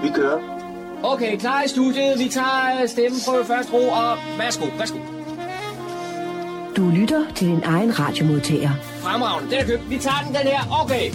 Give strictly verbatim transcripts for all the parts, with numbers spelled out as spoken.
Vi kører. Okay, klar i studiet. Vi tager stemmeprøve først, ro, og værsgo, værsgo. Du lytter til din egen radiomodtager. Fremragende, den er købt. Vi tager den, den her. Okay.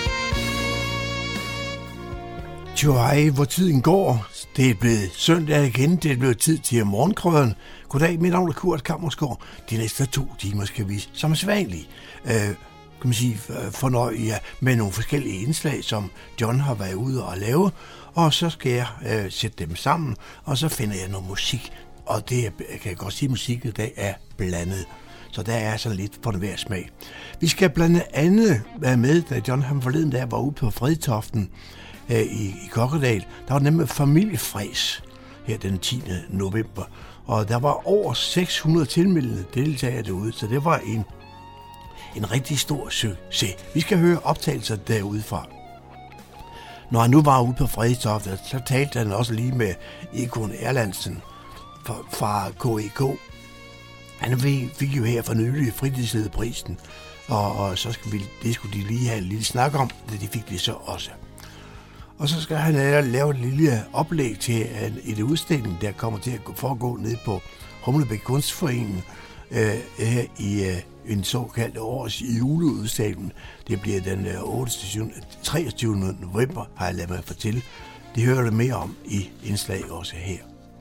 Tjohej, hvor tiden går. Det er blevet søndag igen. Det er blevet tid til morgenkrøden. Goddag, mit navn er Kurt Kammersgaard. De næste to timer skal vi som sædvanligt øh, kan man sige, fornøje jer med nogle forskellige indslag, som John har været ude og lave. Og så skal jeg øh, sætte dem sammen, og så finder jeg noget musik. Og det er, kan jeg godt sige, at musikken i dag er blandet. Så der er sådan lidt for det hver smag. Vi skal blandt andet være med, da John han forleden der var ude på Fredtoften øh, i, i Kokkedal. Der var nemlig familiefræs her den tiende november. Og der var over seks hundrede tilmeldede deltagere derude, så det var en, en rigtig stor succes. Vi skal høre optagelser derudefra. Når han nu var ude på Fredtoften, så talte han også lige med Egon Erlandsen fra K E K. Han fik jo her for nylig fritidslederprisen, og, og så skulle vi, det skulle de lige have en lille snak om, det de fik det så også. Og så skal han lave et lille oplæg til et udstilling, der kommer til at foregå ned på Humlebæk Kunstforeningen øh, her i øh, en såkaldt års juleudstilling. Det bliver den treogtyvende november, har jeg ladet mig fortælle. Det hører det mere om i indslag også her.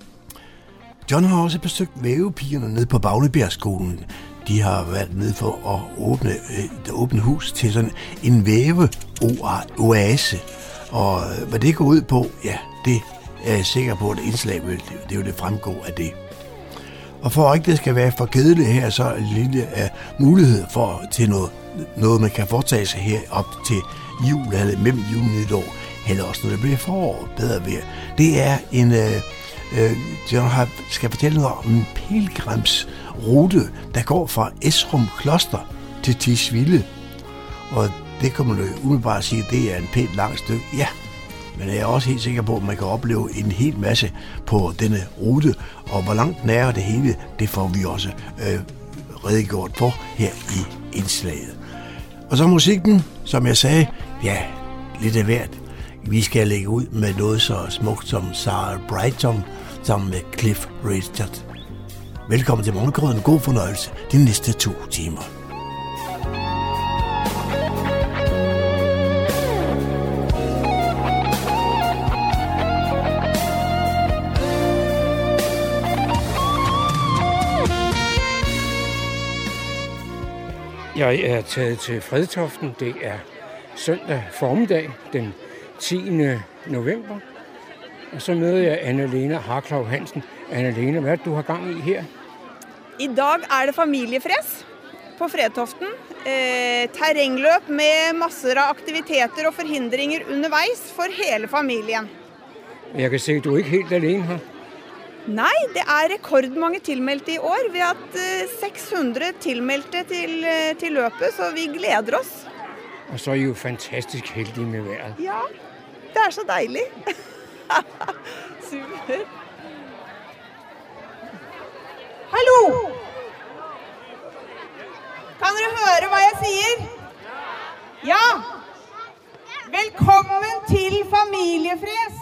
John har også besøgt vævepigerne nede på Bagnebjergskolen. De har været nede for at åbne et åbent hus til sådan en væveoase. Og hvad det går ud på, ja, det er jeg sikker på, at indslag vil det, det vil det fremgå af det. Og for at ikke det skal være for kedeligt her, så er en lille uh, mulighed for til noget, noget, man kan foretage sig her op til jul, eller mellem jul og nytår, eller også når det bliver forår bedre vejr. Det er en... Uh, uh, John har, skal fortælle noget om en pilgrimsrute, der går fra Esrum Kloster til Tisvilde. Og det kan man jo umiddelbart sige, at det er en pænt langt stykke. Ja, men jeg er også helt sikker på, at man kan opleve en hel masse på denne rute. Og hvor langt den er det hele, det får vi også øh, redegjort for her i indslaget. Og så musikken, som jeg sagde, ja, lidt af hvert. Vi skal lægge ud med noget så smukt som Sarah Brightman sammen med Cliff Richard. Velkommen til Morgenkrøden. God fornøjelse de næste to timer. Jeg er taget til Fredtoften. Det er søndag formiddag, den tiende november. Og så møder jeg Anna-Lena Harklav Hansen. Anna-Lena, hvad er det, du har gang i her? I dag er det familiefræs på Fredtoften. Eh, terrengløp med masser af aktiviteter og forhindringer undervejs for hele familien. Jeg kan se, at du er ikke helt alene her. Nej, det er rekordmange tilmeldte i år. Vi har haft uh, seks hundrede tilmeldte til, uh, til løbet, så vi glæder os. Og så er I jo fantastisk heldige med vejret. Ja, det er så dejligt. Super. Hallo! Kan dere høre, hvad jeg siger? Ja! Velkommen til familiefræs.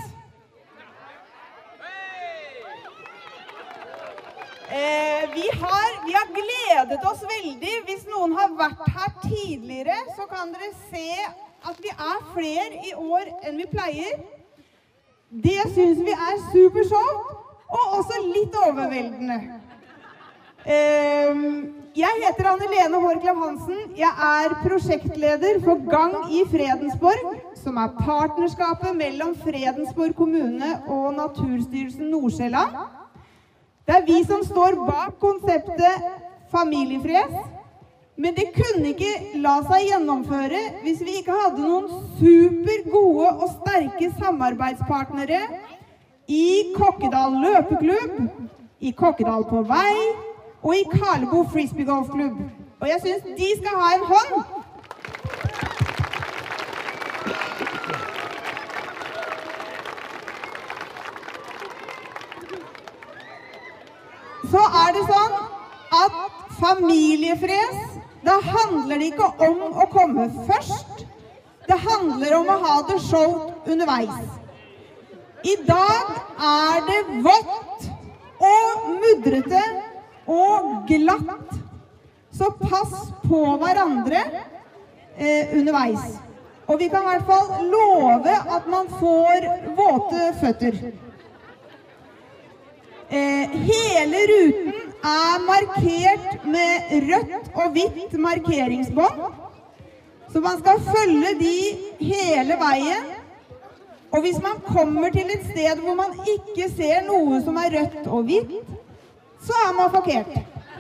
Eh, vi, har, vi har glædet os veldig. Hvis nogen har været her tidligere, så kan dere se, at vi er flere i år, end vi plejer. Det synes vi er super sjovt, og også lidt overvældende. Eh, jeg heter Anne-Lene Hårklav Hansen. Jeg er projektleder for Gang i Fredensborg, som er partnerskapet mellem Fredensborg kommune og Naturstyrelsen Nordsjælland. Det er vi som står bak konseptet familiefræs, men det kunne ikke la seg gjennomføre hvis vi ikke hadde noen super gode og sterke samarbeidspartnere i Kokkedal løpeklubb, i Kokkedal på vei og i Karlebo frisbeegolfklubb. Og jeg synes de skal ha en hånd. Så er det sånn at familiefræs, det handler ikke om å komme først. Det handler om å ha det sjovt underveis. I dag er det vått og mudrete og glatt, så pass på hverandre eh, underveis. Og vi kan I hvert fall love at man får våte føtter. Eh, hele ruten er markert med rødt og hvitt markeringsbånd, så man skal følge de hele veien. Og hvis man kommer til et sted hvor man ikke ser noe som er rødt og hvitt, så er man forkert.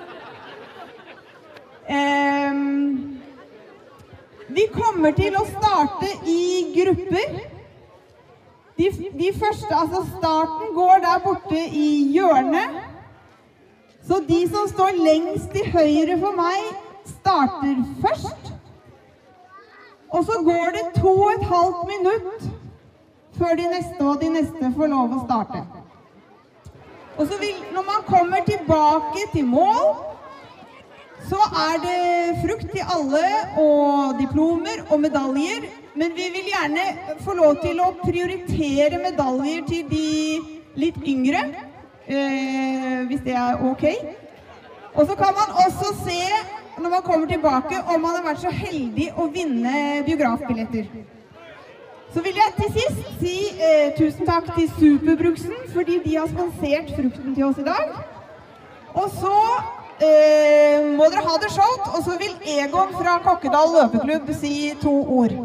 Um, vi kommer til å starte I grupper. De, de første, altså starten går der borte I hjørnet. Så de som står lengst til høyre for meg, starter først. Og så går det to og et halvt minutt før de neste og de neste får lov å starte. Og så vil, når man kommer tilbake til mål, så er det frukt til alle og diplomer og medaljer, men vi vil gjerne få lov til å prioritere medaljer til de litt yngre, eh, hvis det er ok. Og så kan man også se, når man kommer tilbake, om man har vært så heldig å vinne biografbilletter. Så vil jeg til sist si eh, tusen takk til Superbruksen, fordi de har sponsert frukten til oss I dag. Og så eh, må dere ha det sjålt, og så vil Egon fra Kokkedal løpeklubb si to ord.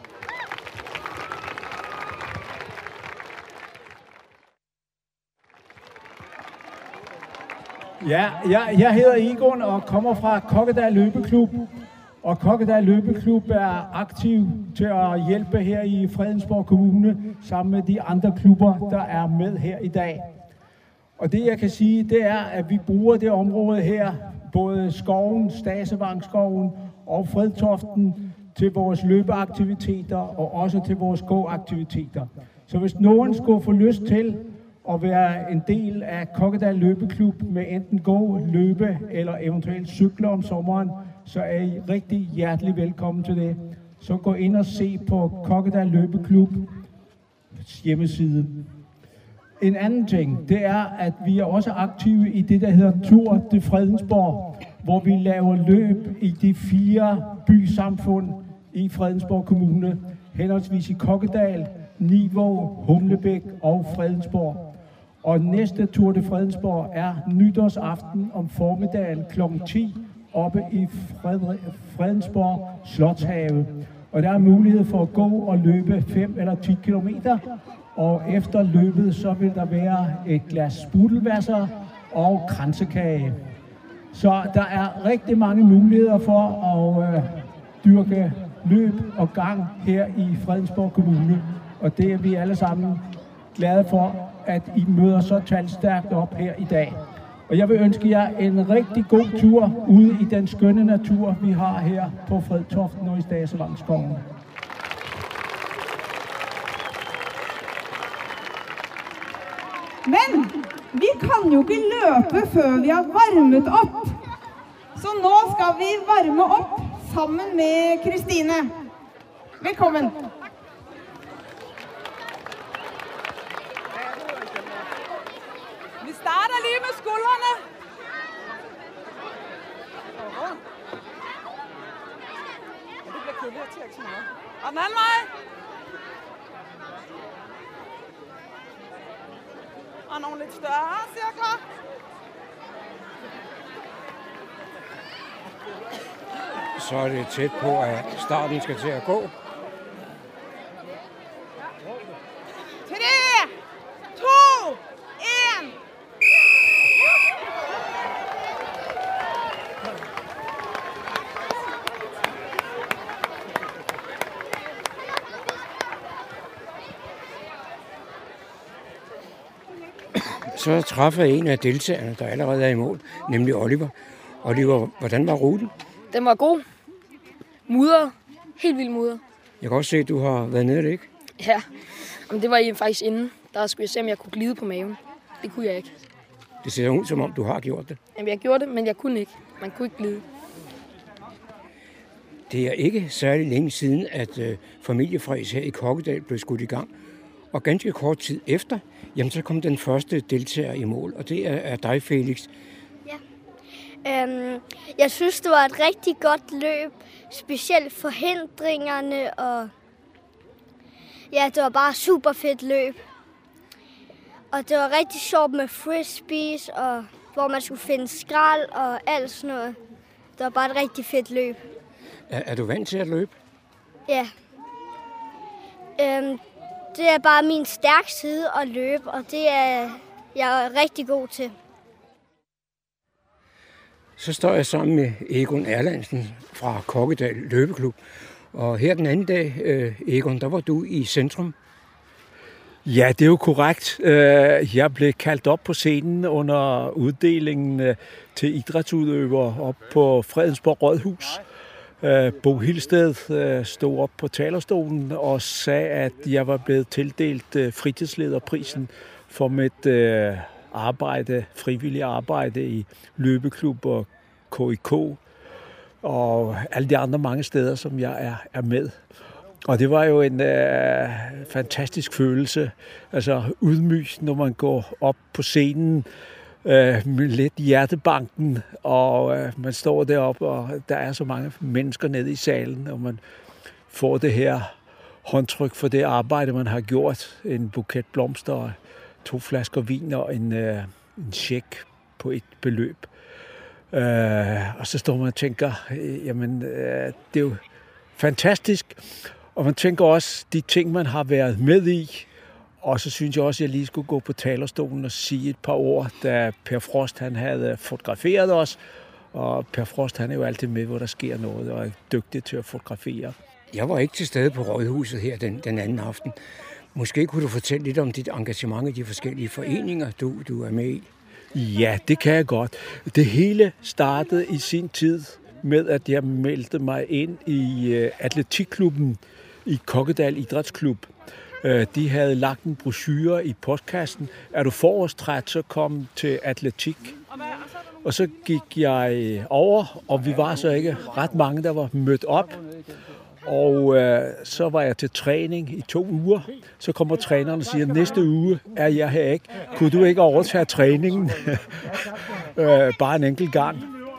Ja, jeg, jeg hedder Egon og kommer fra Kokkedal løbeklub. Og Kokkedal løbeklub er aktiv til at hjælpe her I Fredensborg Kommune sammen med de andre klubber, der er med her I dag. Og det jeg kan sige, det er, at vi bruger det område her, både skoven, Stasevangskoven og Fredtoften, til vores løbeaktiviteter og også til vores gåaktiviteter. Så hvis nogen skulle få lyst til at være en del af Kokkedal løbeklub med enten gå, løbe eller eventuelt cykle om sommeren, så er I rigtig hjertelig velkommen til det. Så gå ind og se på Kokkedal løbeklub hjemmeside. En anden ting, det er, at vi er også aktive i det, der hedder Tour de Fredensborg, hvor vi laver løb i de fire bysamfund i Fredensborg Kommune, henholdsvis i Kokkedal, Nivå, Humlebæk og Fredensborg. Og næste Tour de Fredensborg er nytårsaften om formiddagen klokken ti oppe i Fredensborg Slotshave. Og der er mulighed for at gå og løbe fem eller ti kilometer. Og efter løbet så vil der være et glas sprudelvasser og kransekage. Så der er rigtig mange muligheder for at øh, dyrke løb og gang her i Fredensborg Kommune. Og det er vi alle sammen glade for, at I møder så talstærkt op her i dag. Og jeg vil ønske jer en rigtig god tur ude i den skønne natur, vi har her på Fredtoften og i Stasevangskoven. Men vi kan jo ikke løpe før vi har varmet opp. Så nå skal vi varme opp sammen med Kristine. Velkommen. Vi starter lige med skuldrene. Det bliver kedeligt til at tage noget. Og den anden vej. Og nogle lidt større cirkler. Så er det tæt på, at starten skal til at gå. tre, to, en. Så træffer en af deltagerne, der allerede er i mål, nemlig Oliver. Oliver, hvordan var ruten? Den var god. Mudder. Helt vildt mudder. Jeg kan også se, at du har været nede, ikke? Ja, men det var I faktisk inden. Der skulle jeg se, om jeg kunne glide på maven. Det kunne jeg ikke. Det ser ud, som om du har gjort det. Jamen, jeg gjorde det, men jeg kunne ikke. Man kunne ikke glide. Det er ikke særlig længe siden, at øh, familiefræs her i Kokkedal blev skudt i gang. Og ganske kort tid efter, jamen så kom den første deltager i mål, og det er, er dig, Felix. Ja. Øhm, jeg synes, det var et rigtig godt løb, specielt forhindringerne, og ja, det var bare super fedt løb. Og det var rigtig sjovt med frisbees, og hvor man skulle finde skrald og alt sådan noget. Det var bare et rigtig fedt løb. Er, er du vant til at løbe? Ja. Øhm, det er bare min stærke side at løbe, og det er jeg er rigtig god til. Så står jeg sammen med Egon Erlandsen fra Kokkedal Løbeklub. Og her den anden dag, øh, Egon, der var du i centrum. Ja, det er jo korrekt. Jeg blev kaldt op på scenen under uddelingen til idrætsudøvere op på Fredensborg Rådhus. Bo Hilsted stod op på talerstolen og sagde, at jeg var blevet tildelt fritidslederprisen for mit arbejde, frivillig arbejde i løbeklub og K I K og alle de andre mange steder, som jeg er, er med. Og det var jo en øh, fantastisk følelse, altså ydmyg, når man går op på scenen øh, med lidt hjertebanken, og øh, man står deroppe, og der er så mange mennesker nede i salen, og man får det her håndtryk for det arbejde, man har gjort. En buket blomster, to flasker vin og en, øh, en check på et beløb. Øh, og så står man og tænker, øh, jamen øh, det er jo fantastisk. Og man tænker også de ting, man har været med i. Og så synes jeg også, at jeg lige skulle gå på talerstolen og sige et par ord, da Per Frost han havde fotograferet os. Og Per Frost han er jo altid med, hvor der sker noget, og er dygtig til at fotografere. Jeg var ikke til stede på Rådhuset her den, den anden aften. Måske kunne du fortælle lidt om dit engagement i de forskellige foreninger, du, du er med i? Ja, det kan jeg godt. Det hele startede i sin tid med, at jeg meldte mig ind i atletikklubben i Kokkedal Idrætsklub. De havde lagt en brochure i postkassen. Er du forårstræt, så kom til atletik. Og så gik jeg over, og vi var så ikke ret mange, der var mødt op. Og øh, så var jeg til træning i to uger. Så kommer træneren og siger, næste uge er jeg her ikke. Kunne du ikke overtage træningen? øh, bare en enkelt gang.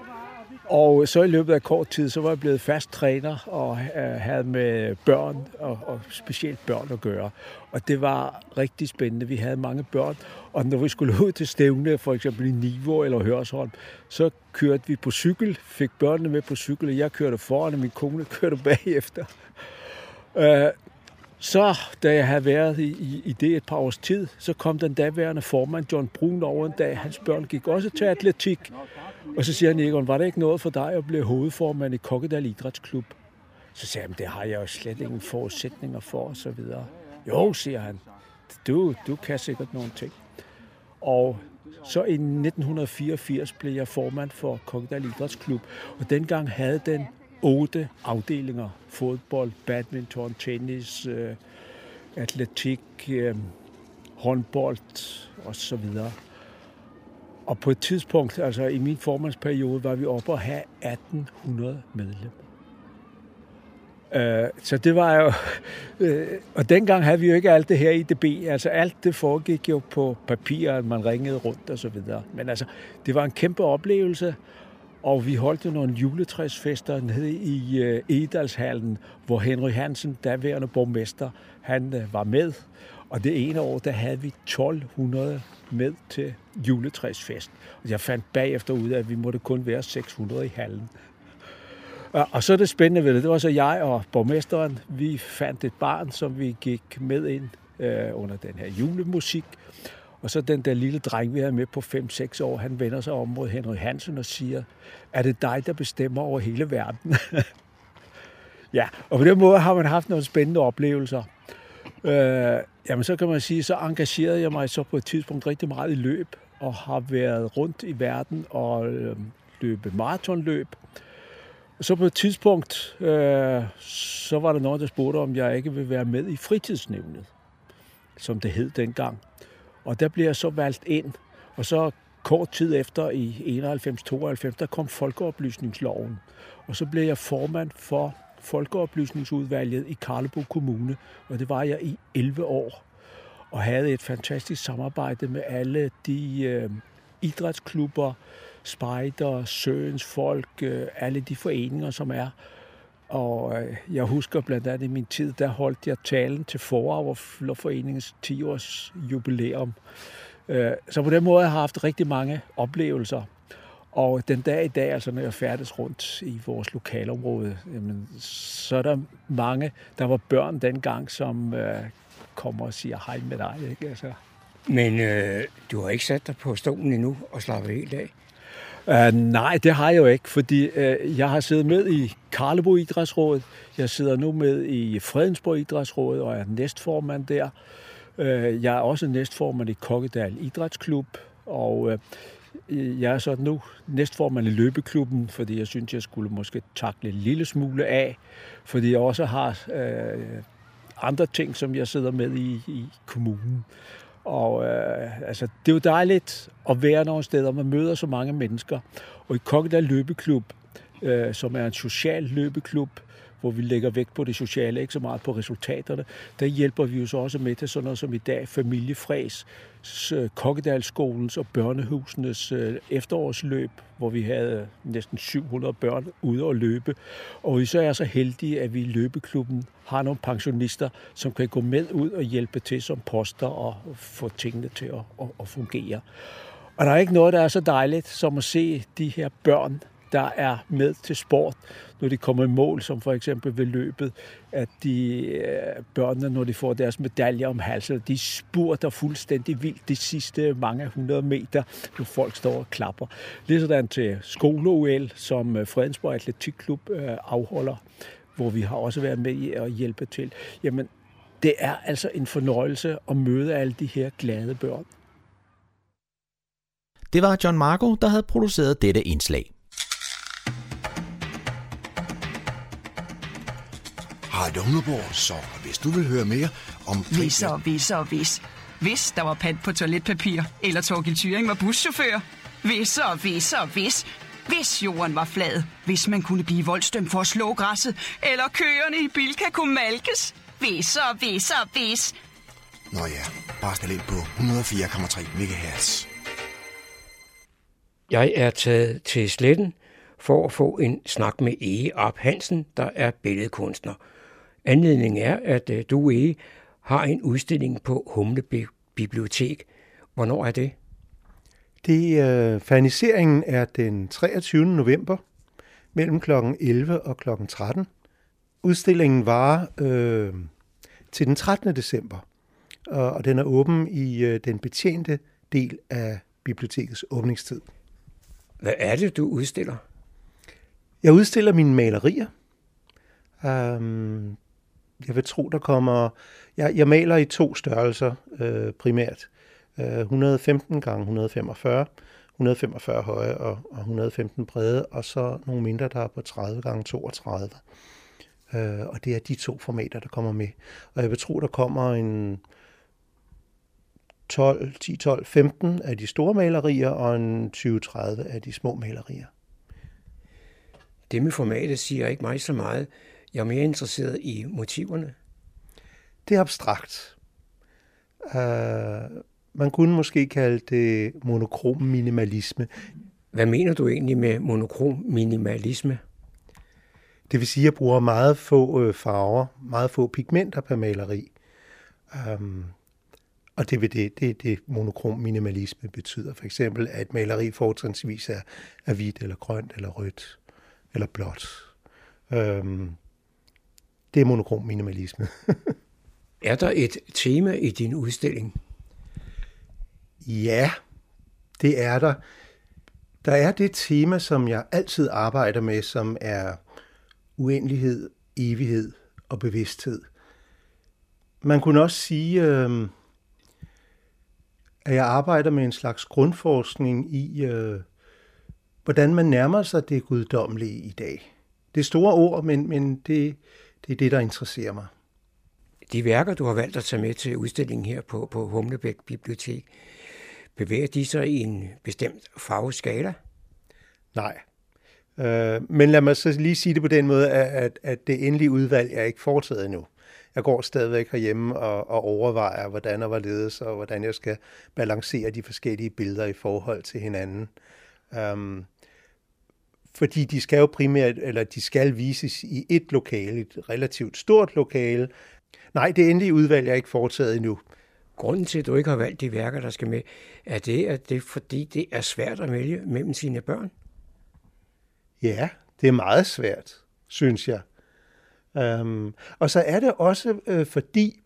Og så i løbet af kort tid, så var jeg blevet fast træner og øh, havde med børn og, og specielt børn at gøre. Og det var rigtig spændende. Vi havde mange børn, og når vi skulle ud til stævne, for eksempel i Nivå eller Hørsholm, så kørte vi på cykel, fik børnene med på cykel, og jeg kørte foran, og min kone kørte bagefter. Øh, så, da jeg havde været i, i, i det et par års tid, så kom den daværende formand John Brun over en dag. Hans børn gik også til atletik. Og så siger han, Egon, var det ikke noget for dig at blive hovedformand i Kokkedal Idrætsklub? Så siger han, det har jeg jo slet ingen forudsætninger for, og så videre. Jo, siger han, du, du kan sikkert nogle ting. Og så i nitten fireogfirs blev jeg formand for Kokkedal Idrætsklub, og dengang havde den otte afdelinger. Fodbold, badminton, tennis, øh, atletik, øh, håndbold og så videre. Og på et tidspunkt, altså i min formandsperiode, var vi oppe at have atten hundrede medlemmer. Uh, så det var jo... Uh, og dengang havde vi jo ikke alt det her I D B. Altså alt det foregik jo på papir, at man ringede rundt og så videre. Men altså, det var en kæmpe oplevelse. Og vi holdt jo nogle juletræsfester nede i uh, Egedalshallen, hvor Henry Hansen, daværende borgmester, han uh, var med. Og det ene år, der havde vi tolv hundrede med til juletræsfest. Og jeg fandt bagefter ud af, at vi måtte kun være seks hundrede i hallen. Og så det spændende ved det, det var så jeg og borgmesteren, vi fandt et barn, som vi gik med ind øh, under den her julemusik. Og så den der lille dreng, vi havde med på fem seks år, han vender sig om mod Henry Hansen og siger, er det dig, der bestemmer over hele verden? Ja, og på den måde har man haft nogle spændende oplevelser. Øh, jamen så kan man sige, så engagerede jeg mig så på et tidspunkt rigtig meget i løb, og har været rundt i verden og øh, løbe maratonløb. Så på et tidspunkt, øh, så var der nogen, der spurgte, om jeg ikke ville være med i fritidsnævnet, som det hed dengang. Og der blev jeg så valgt ind, og så kort tid efter i enoghalvfems tooghalvfems, der kom folkeoplysningsloven. Og så blev jeg formand for folkeoplysningsudvalget i Karlebo Kommune, og det var jeg i elleve år. og havde et fantastisk samarbejde med alle de øh, idrætsklubber, spejder, Søens folk, øh, alle de foreninger, som er. Og øh, jeg husker blandt andet i min tid, der holdt jeg talen til Forarverforeningens ti-års jubilæum. Øh, så på den måde har jeg haft rigtig mange oplevelser. Og den dag i dag, altså når jeg færdes rundt i vores lokalområde, jamen, så er der mange, der var børn dengang, som øh, kommer og siger hej med dig. Ikke? Altså. Men øh, du har ikke sat dig på stolen endnu og slappet helt af? Uh, nej, det har jeg jo ikke, fordi uh, jeg har siddet med i Karlebo Idrætsrådet. Jeg sidder nu med i Fredensborg Idrætsrådet og er næstformand der. Uh, jeg er også næstformand i Kokkedal Idrætsklub, og uh, jeg er så nu næstformand i løbeklubben, fordi jeg synes, jeg skulle måske takle en lille smule af, fordi jeg også har uh, andre ting, som jeg sidder med i, i kommunen. Og øh, altså, det er jo dejligt at være nogle steder, man møder så mange mennesker. Og i Kokkedal Løbeklub, øh, som er en social løbeklub, hvor vi lægger vægt på det sociale, ikke så meget på resultaterne, der hjælper vi jo så også med til sådan noget som i dag Familiefræs, Kokkedalskolens og børnehusenes øh, efterårsløb, hvor vi havde næsten syv hundrede børn ude at løbe. Og vi så er så heldige, at vi i løbeklubben har nogle pensionister, som kan gå med ud og hjælpe til som poster og få tingene til at, at, at fungere. Og der er ikke noget, der er så dejligt som at se de her børn, der er med til sport, når de kommer i mål, som for eksempel ved løbet, at de børnene, når de får deres medaljer om halsen, de spurter fuldstændig vildt de sidste mange hundrede meter, når folk står og klapper. Ligesådan til skole-O L, som Fredensborg Atletikklub afholder, hvor vi har også været med i at hjælpe til. Jamen, det er altså en fornøjelse at møde alle de her glade børn. Det var John Marco, der havde produceret dette indslag. Harald Humleborg, så hvis du vil høre mere om... Hvis og hvis og hvis. Hvis der var pant på toiletpapir, eller Torgild Thyring var buschauffør. Hvis og hvis og hvis. Hvis jorden var flad. Hvis man kunne blive voldsdømt for at slå græsset. Eller køerne i Bilka kunne malkes. Hvis og hvis og hvis. Nå ja, bare stil ind på et hundrede og fire komma tre megahertz. Jeg er taget til Sletten for at få en snak med Ege Arp Hansen, der er billedkunstner. Anledningen er, at du, Ege, har en udstilling på Humle Bibliotek. Hvornår er det? Det øh, ferniseringen er den treogtyvende november mellem klokken elleve og klokken tretten. Udstillingen varer øh, til den trettende december, og, og den er åben i øh, den betjente del af bibliotekets åbningstid. Hvad er det, du udstiller? Jeg udstiller mine malerier. Um, jeg vil tro, der kommer... Jeg, jeg maler i to størrelser øh, primært. Uh, et hundrede og femten gange et hundrede og femogfyrre. et hundrede og femogfyrre høje og, og et hundrede og femten brede. Og så nogle mindre, der er på tredive gange toogtredive. Uh, og det er de to formater, der kommer med. Og jeg vil tro, der kommer en tolv, ti, tolv, femten af de store malerier og en tyve til tredive af de små malerier. Det med formatet siger ikke mig så meget. Jeg er mere interesseret i motiverne. Det er abstrakt. Uh, man kunne måske kalde det monokrom minimalisme. Hvad mener du egentlig med monokrom minimalisme? Det vil sige, at jeg bruger meget få farver, meget få pigmenter per maleri. Um, og det er det, det, det monokrom minimalisme betyder. For eksempel, at et maleri fortrinsvis er, er hvidt eller grønt eller rødt eller blåt. Um, det er monokrom minimalisme. Er der et tema i din udstilling? Ja, det er der. Der er det tema, som jeg altid arbejder med, som er uendelighed, evighed og bevidsthed. Man kunne også sige, øh, at jeg arbejder med en slags grundforskning i, øh, hvordan man nærmer sig det guddommelige i dag. Det er store ord, men, men det, det er det, der interesserer mig. De værker, du har valgt at tage med til udstillingen her på, på Humlebæk Bibliotek, bevæger de sig i en bestemt farveskala? Nej. Øh, men lad mig så lige sige det på den måde, at, at det endelige udvalg er ikke foretaget endnu. Jeg går stadigvæk herhjemme og, og overvejer, hvordan og hvorledes, og hvordan jeg skal balancere de forskellige billeder i forhold til hinanden. Um, fordi de skal jo primært, eller de skal vises i et lokale, et relativt stort lokale. Nej, det endelige udvalg er ikke foretaget endnu. Grunden til, at du ikke har valgt de værker, der skal med, er det, at det er fordi, det er svært at vælge mellem sine børn? Ja, det er meget svært, synes jeg. Um, og så er det også øh, fordi,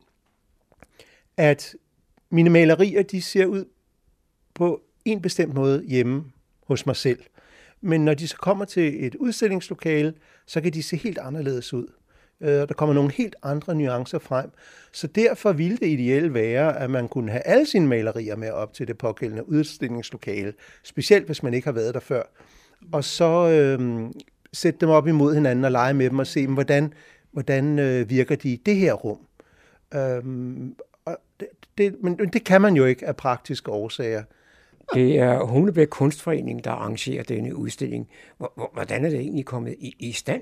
at mine malerier, de ser ud på en bestemt måde hjemme hos mig selv. Men når de så kommer til et udstillingslokale, så kan de se helt anderledes ud. Uh, der kommer nogle helt andre nuancer frem. Så derfor ville det ideelle være, at man kunne have alle sine malerier med op til det pågældende udstillingslokale. Specielt hvis man ikke har været der før. Og så øh, sætte dem op imod hinanden og lege med dem og se, hvordan, hvordan øh, virker de i det her rum. Øhm, og det, det, men det kan man jo ikke af praktiske årsager. Det er Humlebæk Kunstforening, der arrangerer denne udstilling. Hvordan er det egentlig kommet i, i stand?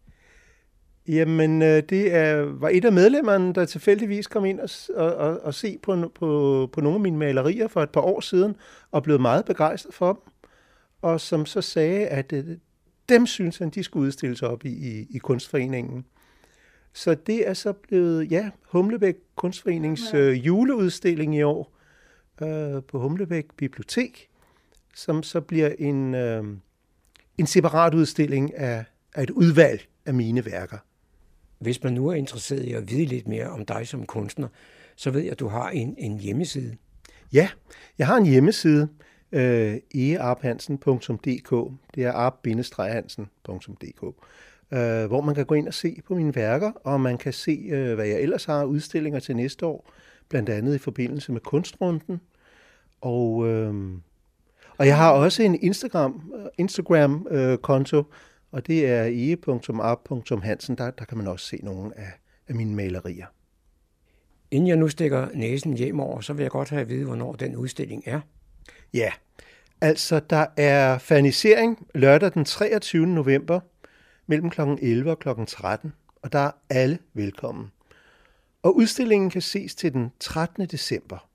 Jamen, det er, var et af medlemmerne, der tilfældigvis kom ind og, og, og, og se på, på, på nogle af mine malerier for et par år siden, og blev meget begejstret for dem. Og som så sagde, at øh, dem synes han, de skulle udstilles op i, i, i Kunstforeningen. Så det er så blevet, ja, Humlebæk Kunstforenings øh, juleudstilling i år øh, på Humlebæk Bibliotek, som så bliver en, øh, en separat udstilling af, af et udvalg af mine værker. Hvis man nu er interesseret i at vide lidt mere om dig som kunstner, så ved jeg, at du har en, en hjemmeside. Ja, jeg har en hjemmeside, Uh, egearphansen punktum d k. Det er arp-hansen punktum d k, uh, hvor man kan gå ind og se på mine værker, og man kan se, uh, hvad jeg ellers har udstillinger til næste år, blandt andet i forbindelse med kunstrunden. Og, uh, og jeg har også en Instagram, uh, Instagram uh, konto, og det er ege punktum arp punktum hansen. Der, der kan man også se nogle af, af mine malerier. Inden jeg nu stikker næsen hjem over, så vil jeg godt have at vide, hvornår den udstilling er. Ja, altså der er fernisering lørdag den treogtyvende november mellem klokken elleve og klokken tretten, og der er alle velkommen. Og udstillingen kan ses til den trettende december.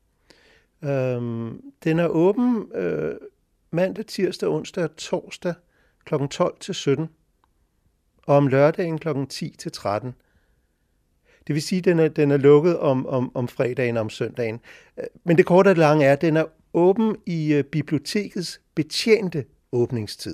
Øhm, den er åben øh, mandag, tirsdag, onsdag og torsdag klokken tolv til sytten, og om lørdagen klokken ti til tretten. Det vil sige, at den er, den er lukket om, om, om fredagen og om søndagen. Men det korte og det lange er, at den er åben i uh, bibliotekets betjente åbningstid.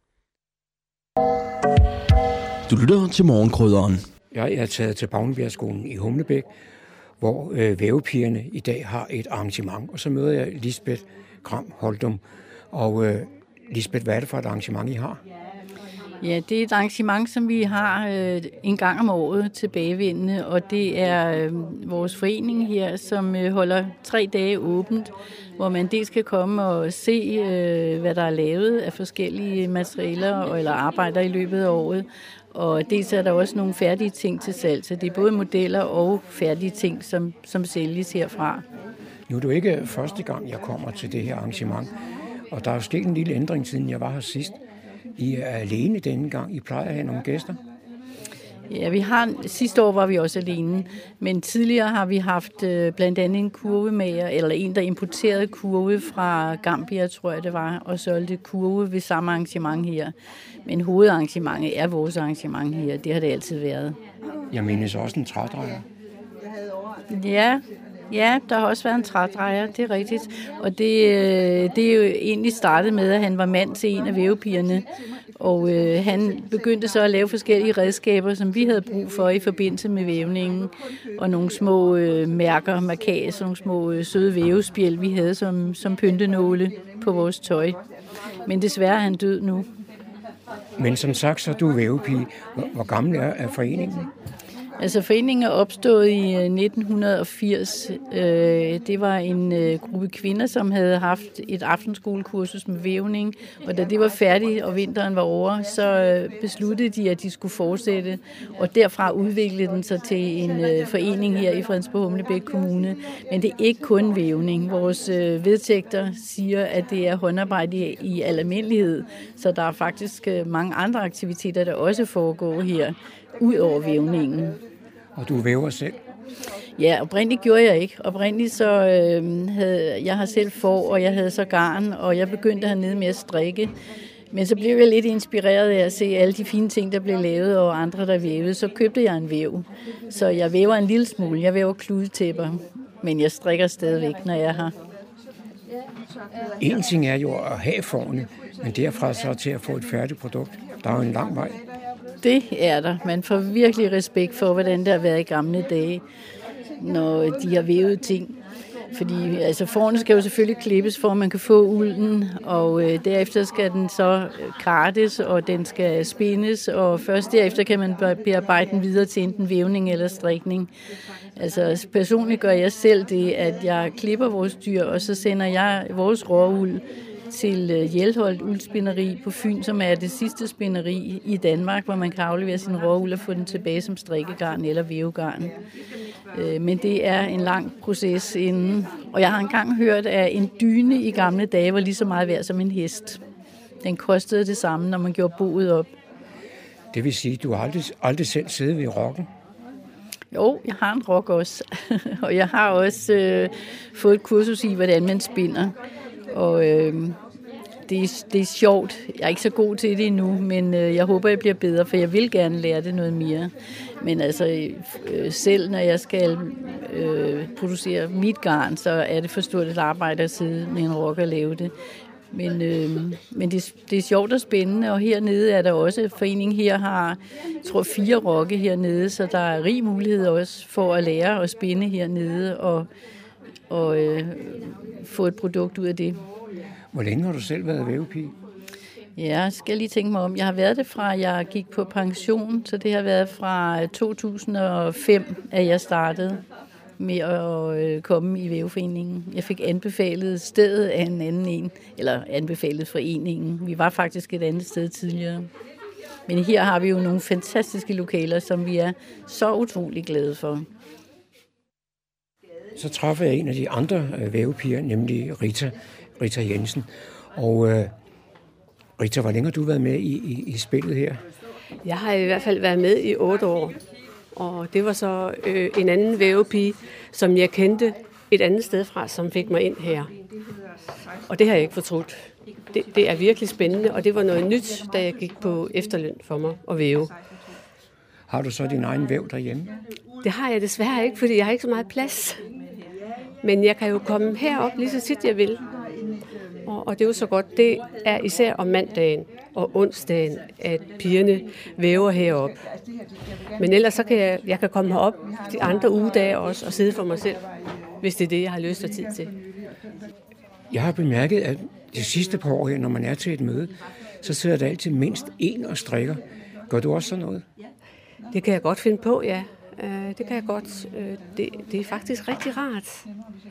Du lytter til Morgenkrydderen. Jeg er taget til Bavnebjergskolen i Humlebæk, hvor øh, vævepigerne i dag har et arrangement. Og så møder jeg Lisbeth Kram Holdum. Og øh, Lisbeth, hvad er det for et arrangement, I har? Ja, det er et arrangement, som vi har øh, en gang om året tilbagevendende, og det er øh, vores forening her, som øh, holder tre dage åbent, hvor man dels kan komme og se, øh, hvad der er lavet af forskellige materialer eller arbejder i løbet af året, og dels er der også nogle færdige ting til salg, så det er både modeller og færdige ting, som, som sælges herfra. Nu er det jo ikke første gang, jeg kommer til det her arrangement, og der er jo sket en lille ændring, siden jeg var her sidst. I er alene denne gang. I plejer at have nogle gæster? Ja, vi har, sidste år var vi også alene, men tidligere har vi haft øh, blandt andet en kurvemager, eller en, der importerede kurve fra Gambia, tror jeg det var, og solgte kurve ved samme arrangement her. Men hovedarrangementet er vores arrangement her, det har det altid været. Jeg mindes også en trædrejer. Ja, Ja, der har også været en trædrejer, det er rigtigt. Og det, det er jo egentlig startet med, at han var mand til en af vævepigerne. Og øh, han begyndte så at lave forskellige redskaber, som vi havde brug for i forbindelse med vævningen. Og nogle små øh, mærker, markager, nogle små øh, søde vævespjæl, vi havde som, som pyntenåle på vores tøj. Men desværre er han død nu. Men som sagt, så er du vævepige. Hvor, hvor gammel er, er foreningen? Altså foreningen er opstået i nitten firs. Det var en gruppe kvinder, som havde haft et aftenskolekursus med vævning, og da det var færdigt og vinteren var over, så besluttede de, at de skulle fortsætte, og derfra udviklede den sig til en forening her i Fredensborg-Humlebæk Kommune. Men det er ikke kun vævning. Vores vedtægter siger, at det er håndarbejde i al almindelighed, så der er faktisk mange andre aktiviteter, der også foregår her, ud over vævningen. og du væver selv? Ja, oprindeligt gjorde jeg ikke. Oprindeligt så øh, havde jeg har selv får, og jeg havde så garn, og jeg begyndte hernede med at strikke. Men så blev jeg lidt inspireret af at se alle de fine ting, der blev lavet, og andre, der vævede. Så købte jeg en væv. Så jeg væver en lille smule. Jeg væver kludetæpper, men jeg strikker stadigvæk, når jeg har. En ting er jo at have fårene, men derfra så til at få et færdigt produkt. Der er jo en lang vej. Det er der. Man får virkelig respekt for, hvordan det har været i gamle dage, når de har vævet ting. Fordi altså, fårene skal jo selvfølgelig klippes, for at man kan få ulden, og øh, derefter skal den så kartes, og den skal spindes, og først derefter kan man bearbejde den videre til enten vævning eller strikning. Altså personligt gør jeg selv det, at jeg klipper vores dyr, og så sender jeg vores råuld til Hjelholt Uldspinderi på Fyn, som er det sidste spinderi i Danmark, hvor man kan aflevere sin råuld og få den tilbage som strikkegarn eller vævegarn. Men det er en lang proces inden. Og jeg har engang hørt, at en dyne i gamle dage var lige så meget værd som en hest. Den kostede det samme, når man gjorde boet op. Det vil sige, at du har aldrig, aldrig selv siddet ved rokken? Jo, jeg har en rok også. Og jeg har også øh, fået et kursus i, hvordan man spinder. Og øh, det, er, det er sjovt. Jeg er ikke så god til det endnu, men øh, jeg håber, jeg bliver bedre, for jeg vil gerne lære det noget mere. Men altså øh, selv når jeg skal øh, producere mit garn, så er det for stort et arbejde at sidde med en rok og lave det. Men, øh, men det, det er sjovt og spændende, og hernede er der også, foreningen her har, jeg tror, fire rokke hernede, så der er rig mulighed også for at lære at spinde hernede og, og øh, få et produkt ud af det. Hvor længe har du selv været vævepige? Ja, skal jeg lige tænke mig om. Jeg har været det fra, jeg gik på pension, så det har været fra to tusind og fem, at jeg startede med at komme i væveforeningen. Jeg fik anbefalet stedet af en anden en, eller anbefalet foreningen. Vi var faktisk et andet sted tidligere. Men her har vi jo nogle fantastiske lokaler, som vi er så utrolig glade for. Så træffede jeg en af de andre vævepiger, nemlig Rita, Rita Jensen. Og uh, Rita, hvor længe har du været med i, i, i spillet her? Jeg har i hvert fald været med i otte år. Og det var så øh, en anden vævepige, som jeg kendte et andet sted fra, som fik mig ind her. Og det har jeg ikke fortrudt. Det, det er virkelig spændende, og det var noget nyt, da jeg gik på efterløn for mig at væve. Har du så din egen væv derhjemme? Det har jeg desværre ikke, fordi jeg har ikke så meget plads. Men jeg kan jo komme herop lige så tit jeg vil. Og, og det er jo så godt. Det er især om mandagen og onsdagen, at pigerne væver herop. Men ellers så kan jeg, jeg kan komme herop de andre ugedage også og sidde for mig selv, hvis det er det, jeg har lyst og tid til. Jeg har bemærket, at de sidste par år her, når man er til et møde, så sidder der altid mindst én og strikker. Gør du også sådan noget? Det kan jeg godt finde på, ja. Det kan jeg godt. Det, det er faktisk rigtig rart.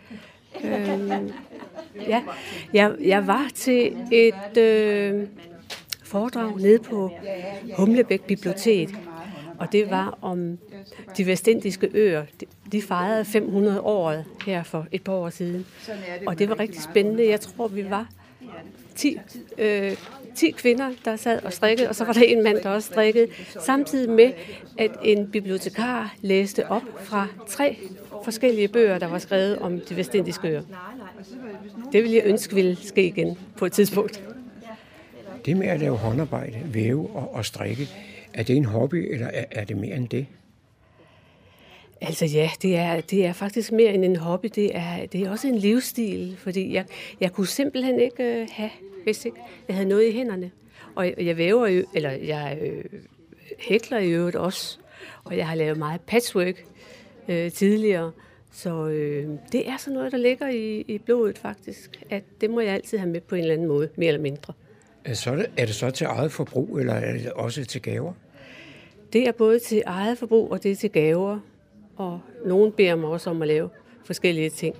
Øhm, ja, jeg, jeg var til et øh, foredrag nede på Humlebæk Bibliotek, og det var om de vestindiske øer. De, de fejrede fem hundrede året her for et par år siden, og det var rigtig spændende. Jeg tror, vi var ti, øh, ti kvinder, der sad og strikkede, og så var der en mand, der også strikkede, samtidig med, at en bibliotekar læste op fra tre forskellige bøger, der var skrevet om de vestindiske øer. Det ville jeg ønske ville ske igen på et tidspunkt. Det med at lave håndarbejde, væve og, og strikke, er det en hobby, eller er, er det mere end det? Altså ja, det er, det er faktisk mere end en hobby. Det er, det er også en livsstil, fordi jeg, jeg kunne simpelthen ikke øh, have, hvis ikke jeg havde noget i hænderne. Og jeg, jeg væver jo, eller jeg øh, hækler i øvrigt også, og jeg har lavet meget patchwork øh, tidligere. Så øh, det er sådan noget, der ligger i, i blodet faktisk, at det må jeg altid have med på en eller anden måde, mere eller mindre. Så er, det, er det så til eget forbrug, eller er det også til gaver? Det er både til eget forbrug, og det er til gaver. Og nogen beder mig også om at lave forskellige ting.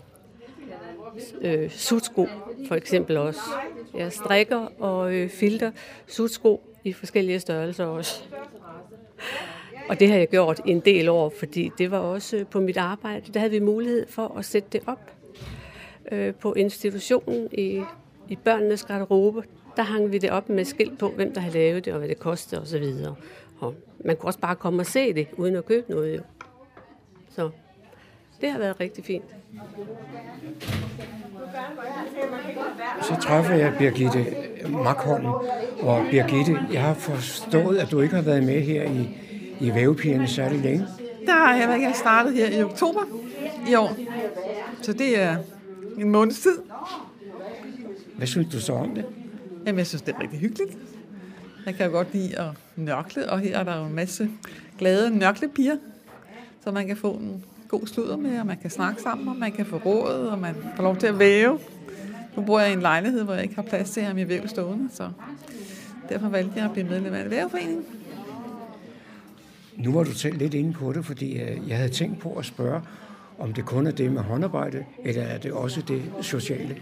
Øh, sutsko for eksempel også. Jeg strikker og øh, filter sutsko i forskellige størrelser også. Og det har jeg gjort i en del år, fordi det var også på mit arbejde. Der havde vi mulighed for at sætte det op øh, på institutionen i, i børnenes garderobe. Der hang vi det op med skilt på, hvem der havde lavet det, og hvad det kostede osv. Og man kunne også bare komme og se det, uden at købe noget. Jo. Så det har været rigtig fint. Så træffer jeg Birgitte Makholm. Og Birgitte, jeg har forstået, at du ikke har været med her i, i Vævepigerne særlig længe. Der har jeg ikke startet her i oktober i år. Så det er en måneds tid. Hvad synes du så om det? Jamen, jeg synes, det er rigtig hyggeligt. Jeg kan jo godt lide at nørkle, og her er der jo en masse glade nørklepiger, så man kan få en god sludder med, og man kan snakke sammen, og man kan få råd, og man får lov til at væve. Nu bor jeg i en lejlighed, hvor jeg ikke har plads til at have min væv stående, så derfor valgte jeg at blive medlem af en væveforening. Nu var du selv lidt inde på det, fordi jeg havde tænkt på at spørge, om det kun er det med håndarbejde, eller er det også det sociale?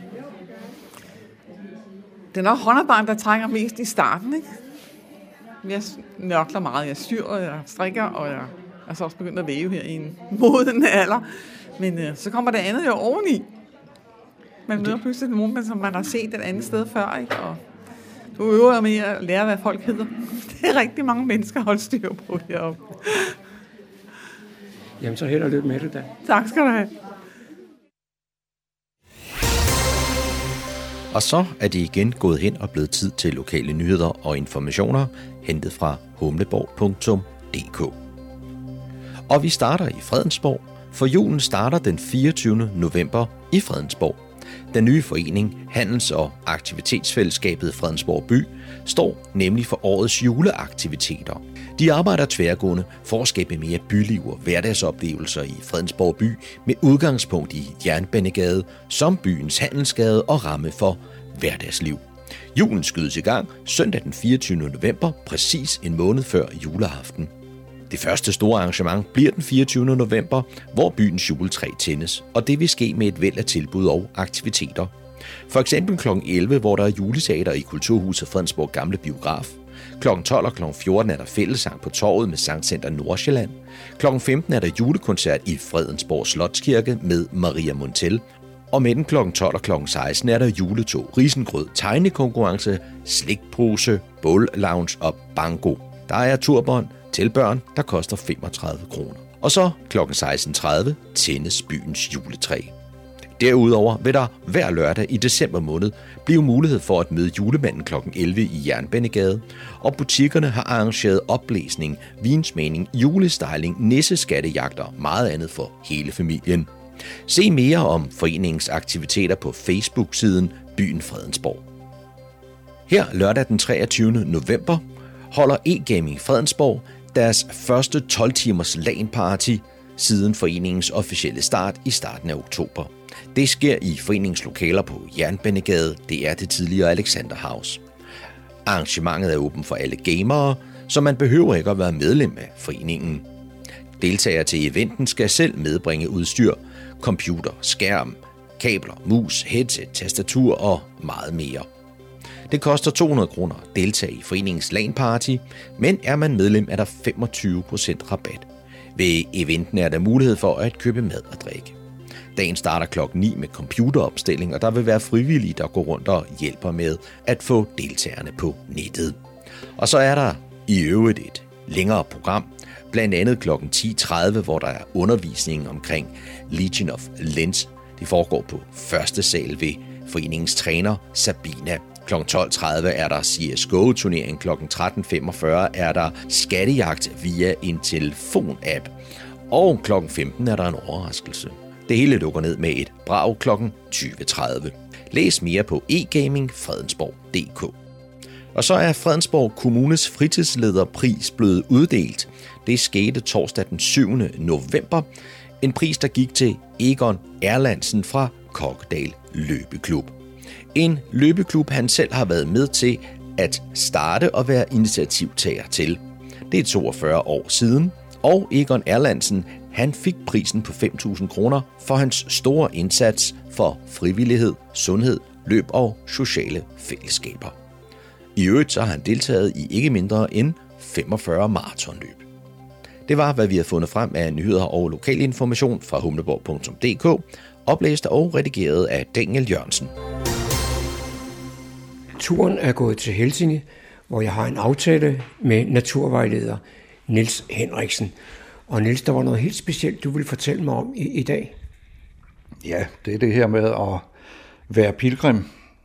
Det er nok håndarbejde, der trænger mest i starten, ikke? Jeg nørkler meget. Jeg syr, og jeg strikker, og jeg er så også begyndt at væve her i en moden alder. Men øh, så kommer det andet jo oveni. Man møder pludselig nogen, som man har set et andet sted før, ikke? Og du øver med at lære, hvad folk hedder. Det er rigtig mange mennesker at holde styr på heroppe. Jamen, så held og lykke med det da. Tak skal du have. Og så er det igen gået hen og blevet tid til lokale nyheder og informationer, hentet fra humleborg punktum d k. Og vi starter i Fredensborg, for julen starter den fireogtyvende november i Fredensborg. Den nye forening, Handels- og Aktivitetsfællesskabet Fredensborg By, står nemlig for årets juleaktiviteter. De arbejder tværgående for at skabe mere byliv og hverdagsoplevelser i Fredensborg By med udgangspunkt i Jernbanegade som byens handelsgade og ramme for hverdagsliv. Julen skydes i gang søndag den fireogtyvende november, præcis en måned før juleaften. Det første store arrangement bliver den fireogtyvende november, hvor byens juletræ tændes, og det vil ske med et væld af tilbud og aktiviteter. For eksempel klokken elleve, hvor der er juleteater i Kulturhuset Fredensborg Gamle Biograf. klokken tolv og klokken fjorten er der fællessang på torvet med Sangcenter Nordsjælland. klokken femten er der julekoncert i Fredensborg Slotskirke med Maria Montel. Og mellem klokken tolv og klokken seksten er der juletog, risengrød, tegnekonkurrence, slikpose, bowl lounge og bango. Der er turbånd til børn, der koster femogtredive kroner. Og så klokken seksten tredive tændes byens juletræ. Derudover vil der hver lørdag i december måned blive mulighed for at møde julemanden klokken elleve i Jernbanegade, og butikkerne har arrangeret oplæsning, vinsmagning, julestyling, nisseskattejagter og meget andet for hele familien. Se mere om foreningens aktiviteter på Facebook-siden Byen Fredensborg. Her lørdag den treogtyvende november holder E-Gaming Fredensborg deres første tolv timers LAN-party siden foreningens officielle start i starten af oktober. Det sker i foreningens lokaler på Jernbanegade, det er det tidligere Alexander House. Arrangementet er åbent for alle gamere, så man behøver ikke at være medlem af foreningen. Deltagere til eventen skal selv medbringe udstyr, computer, skærm, kabler, mus, headset, tastatur og meget mere. Det koster to hundrede kroner at deltage i foreningens LAN-party, men er man medlem er der femogtyve procent rabat. Ved eventen er der mulighed for at købe mad og drikke. Dagen starter klokken ni med computeropstilling, og der vil være frivillige, der går rundt og hjælper med at få deltagerne på nettet. Og så er der i øvrigt et længere program, blandt andet klokken ti tredive, hvor der er undervisning omkring Legion of Lens. Det foregår på første sal ved foreningens træner Sabina. klokken tolv tredive er der C S G O-turnering, klokken tretten femogfyrre er der skattejagt via en telefon-app, og klokken femten er der en overraskelse. Det hele lukker ned med et brag klokken tyve tredive. Læs mere på e gaming fredensborg punktum d k. Og så er Fredensborg Kommunes fritidslederpris blevet uddelt. Det skete torsdag den syvende november. En pris, der gik til Egon Erlandsen fra Kokkedal Løbeklub. En løbeklub, han selv har været med til at starte og være initiativtager til. Det er toogfyrre år siden, og Egon Erlandsen, han fik prisen på fem tusind kroner for hans store indsats for frivillighed, sundhed, løb og sociale fællesskaber. I øvrigt så har han deltaget i ikke mindre end femogfyrre maratonløb. Det var, hvad vi har fundet frem af nyheder og lokal information fra humleborg punktum d k, oplæst og redigeret af Daniel Jørgensen. Turen er gået til Helsinge, hvor jeg har en aftale med naturvejleder Niels Henriksen. Og Niels, der var noget helt specielt, du ville fortælle mig om i, i dag. Ja, det er det her med at være pilgrim.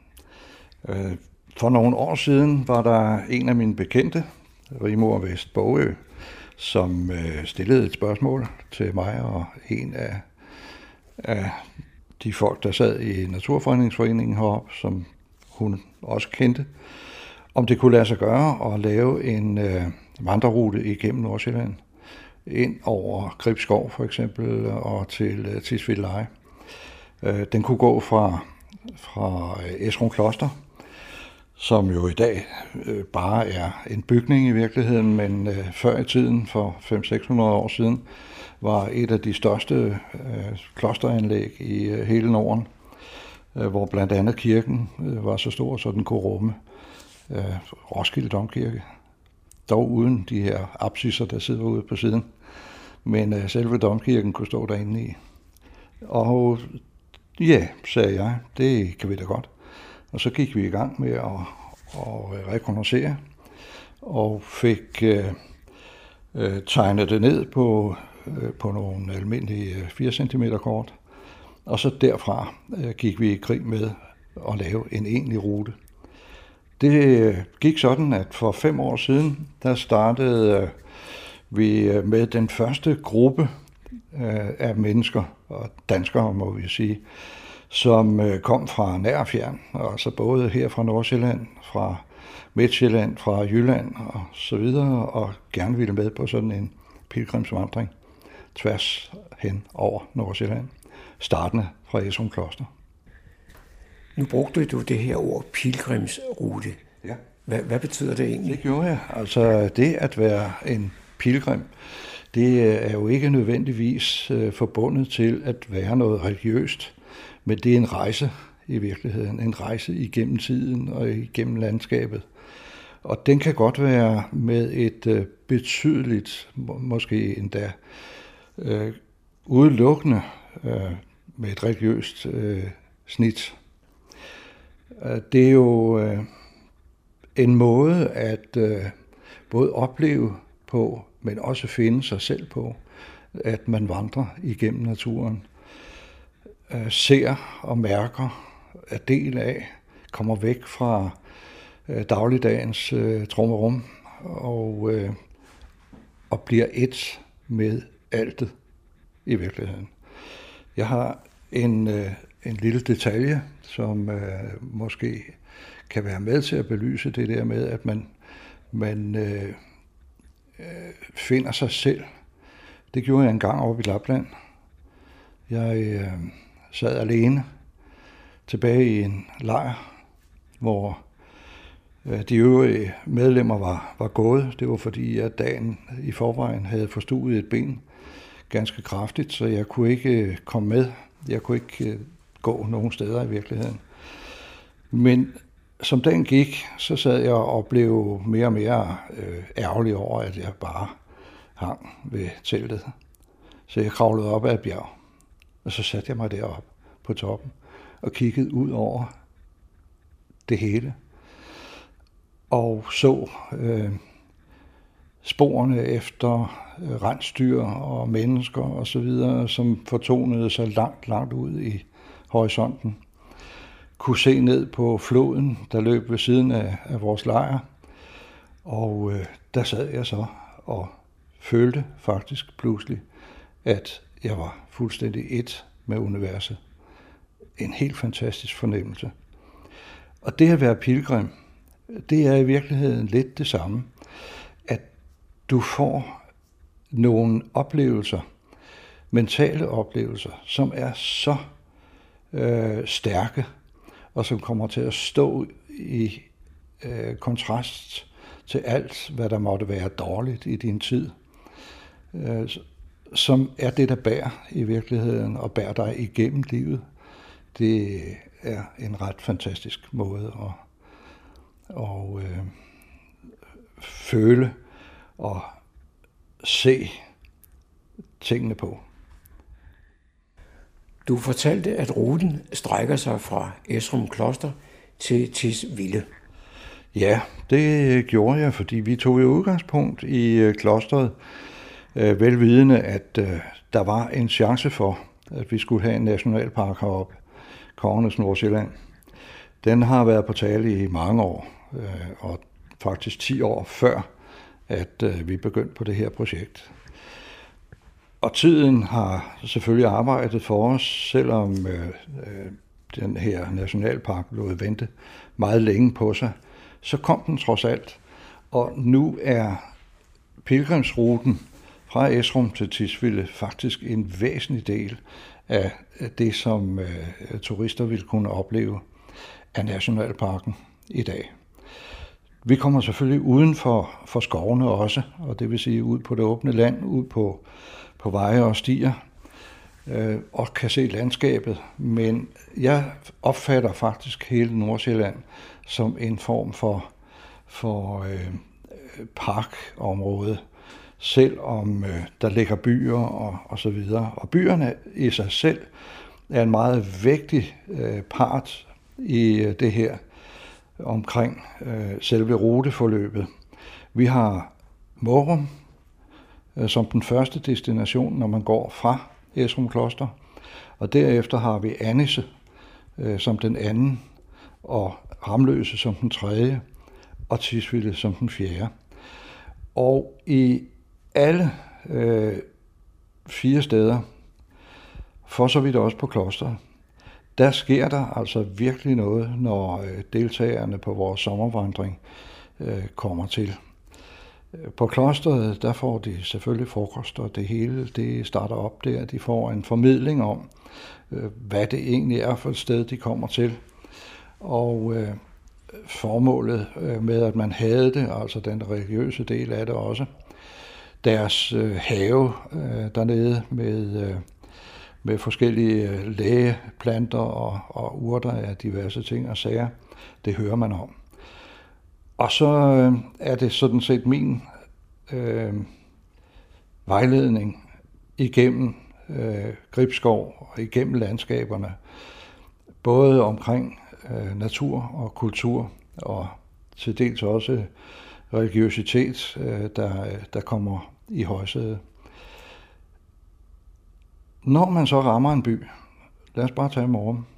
For nogle år siden var der en af mine bekendte, Rigmor Vest Bogø, som stillede et spørgsmål til mig og en af, af de folk, der sad i Naturfredningsforeningen heroppe, som hun også kendte, om det kunne lade sig gøre at lave en øh, vandrerute igennem Nordsjælland, ind over Gribskov for eksempel, og til øh, Tisvildeleje. Øh, den kunne gå fra, fra Esrum Kloster, som jo i dag øh, bare er en bygning i virkeligheden, men øh, før i tiden, for fem til seks hundrede år siden, var et af de største øh, klosteranlæg i øh, hele Norden, øh, hvor blandt andet kirken øh, var så stor, så den kunne rumme øh, Roskilde Domkirke. Dog uden de her apsiser, der sidder ude på siden. Men øh, selve domkirken kunne stå derinde i. Og ja, sagde jeg, det kan vi da godt. Og så gik vi i gang med at, at rekognoscere, og fik øh, øh, tegnet det ned på, øh, på nogle almindelige fire centimeter kort. Og så derfra øh, gik vi i krig med at lave en egentlig rute. Det øh, gik sådan, at for fem år siden, der startede øh, vi med den første gruppe øh, af mennesker, og danskere må vi sige, som øh, kom fra nær og fjern, altså både her fra Nordsjælland, fra Midtjylland, fra Jylland og så videre, og gerne ville med på sådan en pilgrimsvandring tværs hen over Nordsjælland, startende fra Esrum Kloster. Nu brugte du det her ord pilgrimsrute. Ja. Hvad, hvad betyder det egentlig? Det gjorde jeg. Altså det at være en pilgrim, det er jo ikke nødvendigvis øh, forbundet til at være noget religiøst, men det er en rejse i virkeligheden. En rejse igennem tiden og igennem landskabet. Og den kan godt være med et øh, betydeligt, måske endda øh, udelukkende øh, med et religiøst øh, snit. Det er jo øh, en måde at øh, både opleve på, men også finde sig selv på, at man vandrer igennem naturen, øh, ser og mærker, er del af, kommer væk fra øh, dagligdagens øh, trummerum og, øh, og bliver et med altet i virkeligheden. Jeg har en øh, En lille detalje, som øh, måske kan være med til at belyse det der med, at man, man øh, øh, finder sig selv. Det gjorde jeg en gang oppe i Lapland. Jeg øh, sad alene tilbage i en lejr, hvor øh, de øvrige medlemmer var, var gået. Det var fordi, at dagen i forvejen havde forstuet et ben ganske kraftigt, så jeg kunne ikke komme med. Jeg kunne ikke øh, gå nogen steder i virkeligheden. Men som dagen gik, så sad jeg og blev mere og mere øh, ærgerlig over, at jeg bare hang ved teltet. Så jeg kravlede op ad et bjerg, og så satte jeg mig derop på toppen og kiggede ud over det hele. Og så øh, sporene efter øh, rensdyr og mennesker og så videre, som fortonede sig langt, langt ud i horisonten. Kunne se ned på floden, der løb ved siden af, af vores lejr. Og øh, der sad jeg så og følte faktisk pludselig, at jeg var fuldstændig et med universet. En helt fantastisk fornemmelse. Og det at være pilgrim, det er i virkeligheden lidt det samme. At du får nogle oplevelser, mentale oplevelser, som er så øh, stærke, og som kommer til at stå i øh, kontrast til alt, hvad der måtte være dårligt i din tid, øh, som er det, der bærer i virkeligheden, og bærer dig igennem livet. Det er en ret fantastisk måde at, at øh, føle og se tingene på. Du fortalte, at ruten strækker sig fra Esrum Kloster til Tisvilde. Ja, det gjorde jeg, fordi vi tog jo udgangspunkt i klosteret øh, velvidende, at øh, der var en chance for, at vi skulle have en nationalpark heroppe, Kongernes Nordsjælland. Den har været på tale i mange år, øh, og faktisk ti år før, at øh, vi begyndte på det her projekt. Og tiden har selvfølgelig arbejdet for os, selvom øh, øh, den her nationalpark lod vente meget længe på sig, så kom den trods alt. Og nu er pilgrimsruten fra Esrum til Tisvilde faktisk en væsentlig del af det, som øh, turister vil kunne opleve af nationalparken i dag. Vi kommer selvfølgelig uden for, for skovene også, og det vil sige ud på det åbne land, ud på, på veje og stier, øh, og kan se landskabet. Men jeg opfatter faktisk hele Nordsjælland som en form for, for øh, parkområde, selvom øh, der ligger byer og, og så videre. Og byerne i sig selv er en meget vigtig øh, part i øh, det her omkring øh, selve ruteforløbet. Vi har Mårum øh, som den første destination, når man går fra Esrum Kloster, og derefter har vi Annisse øh, som den anden, og Ramløse som den tredje, og Tisvilde som den fjerde. Og i alle øh, fire steder, for så vidt også på klosteret, der sker der altså virkelig noget, når øh, deltagerne på vores sommervandring øh, kommer til. På klosteret, der får de selvfølgelig frokost, og det hele det starter op der. De får en formidling om, øh, hvad det egentlig er for et sted, de kommer til. Og øh, formålet øh, med, at man havde det, altså den religiøse del af det også, deres øh, have øh, dernede med, øh, med forskellige øh, lægeplanter og, og urter af diverse ting og sager, det hører man om. Og så øh, er det sådan set min øh, vejledning igennem øh, Gribskov og igennem landskaberne, både omkring øh, natur og kultur og til dels også religiøsitet, øh, der, der kommer i højsædet. Når man så rammer en by, lad os bare tage Mårum,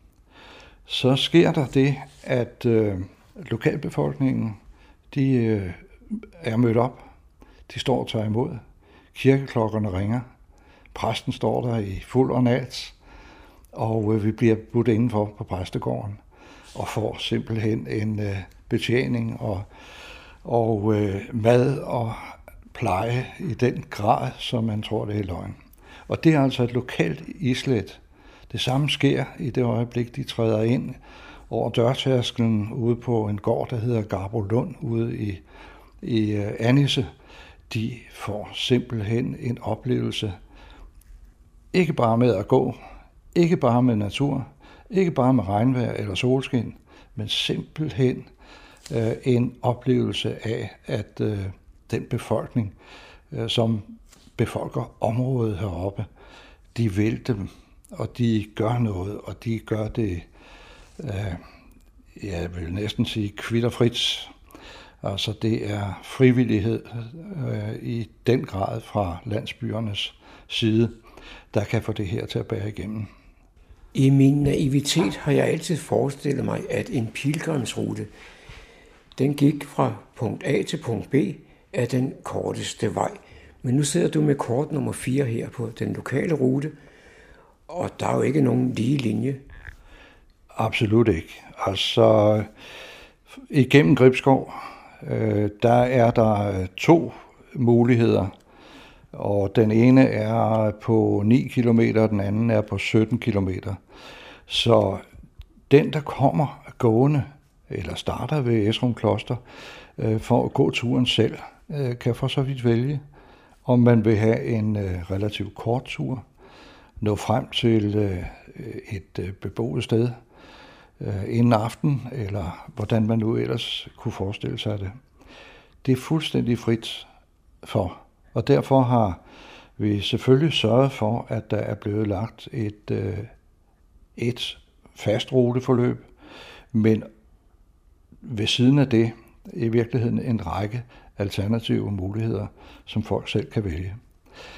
så sker der det, at øh, lokalbefolkningen, de øh, er mødt op, de står og tager imod, kirkeklokkerne ringer, præsten står der i fuld ornat, og øh, vi bliver budt indenfor på præstegården, og får simpelthen en øh, betjening og, og øh, mad og pleje i den grad, som man tror, det er løgn. Og det er altså et lokalt islet. Det samme sker i det øjeblik, de træder ind over dørtærsklen ude på en gård, der hedder Garbolund, ude i, i uh, Annisse. De får simpelthen en oplevelse, ikke bare med at gå, ikke bare med natur, ikke bare med regnvejr eller solskin, men simpelthen uh, en oplevelse af, at uh, den befolkning, uh, som befolker området heroppe, de vil dem, og de gør noget, og de gør det, øh, jeg vil næsten sige kvitterfrit. Altså det er frivillighed øh, i den grad fra landsbyernes side, der kan få det her til at bære igennem. I min naivitet har jeg altid forestillet mig, at en pilgrimsrute, den gik fra punkt A til punkt B af den korteste vej. Men nu sidder du med kort nummer fire her på den lokale rute, og der er jo ikke nogen lige linje. Absolut ikke. Altså, igennem Gribskov, øh, der er der to muligheder, og den ene er på ni kilometer, og den anden er på sytten kilometer. Så den, der kommer gående, eller starter ved Esrum Kloster, øh, for at gå turen selv, øh, kan for så vidt vælge, om man vil have en øh, relativt kort tur, nå frem til øh, et øh, beboet sted øh, inden aften, eller hvordan man nu ellers kunne forestille sig det. Det er fuldstændig frit for, og derfor har vi selvfølgelig sørget for, at der er blevet lagt et, øh, et fast ruteforløb, men ved siden af det i virkeligheden en række alternative muligheder, som folk selv kan vælge.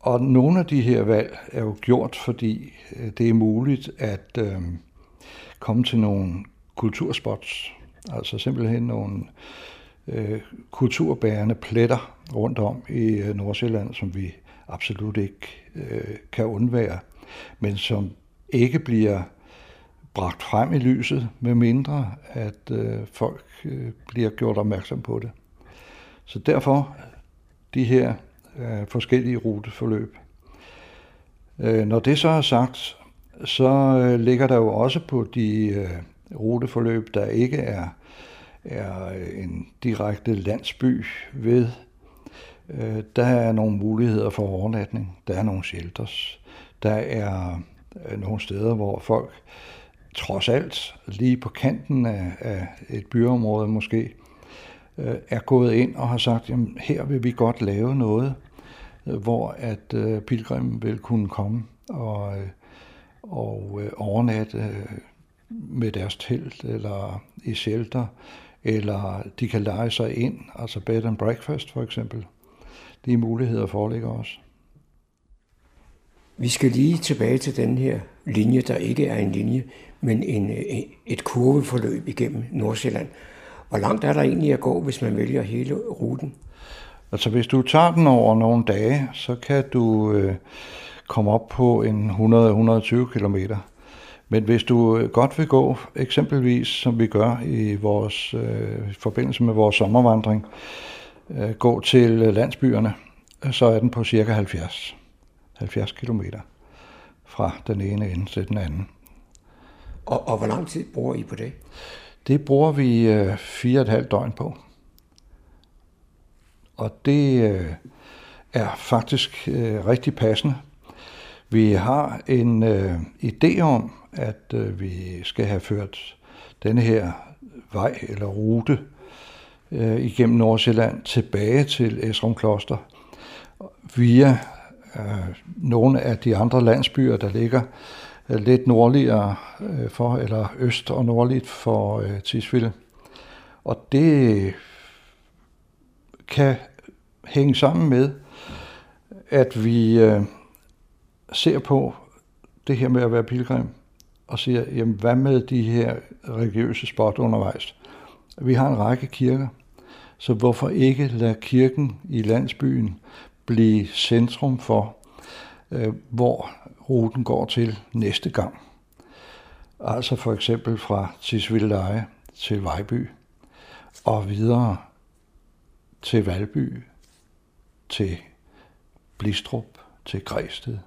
Og nogle af de her valg er jo gjort, fordi det er muligt at øh, komme til nogle kulturspots, altså simpelthen nogle øh, kulturbærende pletter rundt om i øh, Nordsjælland, som vi absolut ikke øh, kan undvære, men som ikke bliver bragt frem i lyset, med mindre at øh, folk øh, bliver gjort opmærksom på det. Så derfor de her øh, forskellige ruteforløb. Øh, når det så er sagt, så øh, ligger der jo også på de øh, ruteforløb, der ikke er, er en direkte landsby ved. Øh, der er nogle muligheder for overnatning, der er nogle shelters, der er øh, nogle steder, hvor folk trods alt lige på kanten af, af et byområde måske, øh, er gået ind og har sagt, jamen her vil vi godt lave noget, øh, hvor at øh, pilgrimen vil kunne komme og, øh, og øh, overnatte øh, med deres telt eller i shelter, eller de kan leje sig ind, altså bed and breakfast for eksempel. De muligheder foreligger også. Vi skal lige tilbage til den her linje, der ikke er en linje, men en, et kurveforløb igennem Nordsjælland. Hvor langt er der egentlig at gå, hvis man vælger hele ruten? Altså hvis du tager den over nogle dage, så kan du øh, komme op på en hundrede til hundrede og tyve kilometer. Men hvis du godt vil gå, eksempelvis som vi gør i vores øh, forbindelse med vores sommervandring, øh, gå til landsbyerne, så er den på cirka halvfjerds. halvfjerds kilometer fra den ene ende til den anden. Og, og hvor lang tid bruger I på det? Det bruger vi øh, fire og et halvt døgn på. Og det øh, er faktisk øh, rigtig passende. Vi har en øh, idé om, at øh, vi skal have ført denne her vej eller rute øh, igennem Nordsjælland tilbage til Esrum Kloster via øh, nogle af de andre landsbyer, der ligger øh, lidt nordligere øh, for, eller øst og nordligt for øh, Tisvilde. Og det kan hænge sammen med, at vi øh, ser på det her med at være pilgrim, og siger, jamen, hvad med de her religiøse spot undervejs? Vi har en række kirker, så hvorfor ikke lade kirken i landsbyen blive centrum for, øh, hvor ruten går til næste gang? Altså for eksempel fra Tisvildeleje til Vejby, og videre til Valby, til Blistrup, til Græsted,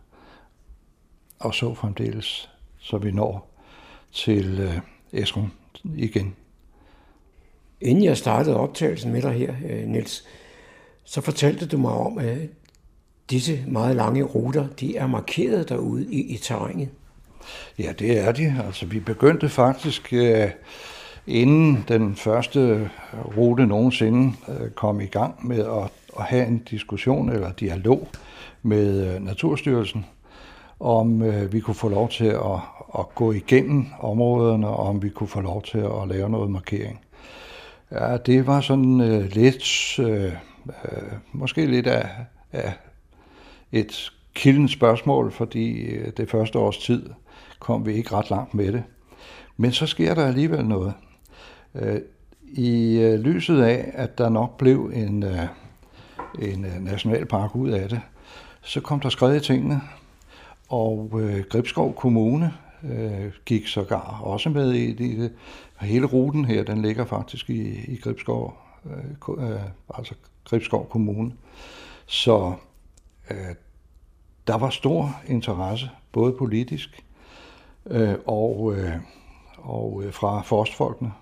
og så fremdeles, så vi når til øh, Esrum igen. Inden jeg startede optagelsen med dig her, Niels, så fortalte du mig om, at disse meget lange ruter, de er markeret derude i, i terrænet. Ja, det er de. Altså, vi begyndte faktisk, øh, inden den første rute nogensinde øh, kom i gang med at, at have en diskussion eller dialog med øh, Naturstyrelsen, om øh, vi kunne få lov til at, at gå igennem områderne, og om vi kunne få lov til at lave noget markering. Ja, det var sådan øh, lidt, øh, øh, måske lidt af, af et kildent spørgsmål, fordi øh, det første års tid kom vi ikke ret langt med det. Men så sker der alligevel noget. Øh, I øh, lyset af, at der nok blev en, øh, en øh, nationalpark ud af det, så kom der skred i tingene. Og øh, Gribskov Kommune øh, gik sågar også med i det. Hele ruten her, den ligger faktisk i, i Gribskov, øh, altså Gribskov Kommune. Så øh, der var stor interesse, både politisk øh, og, øh, og øh, fra forstfolkene,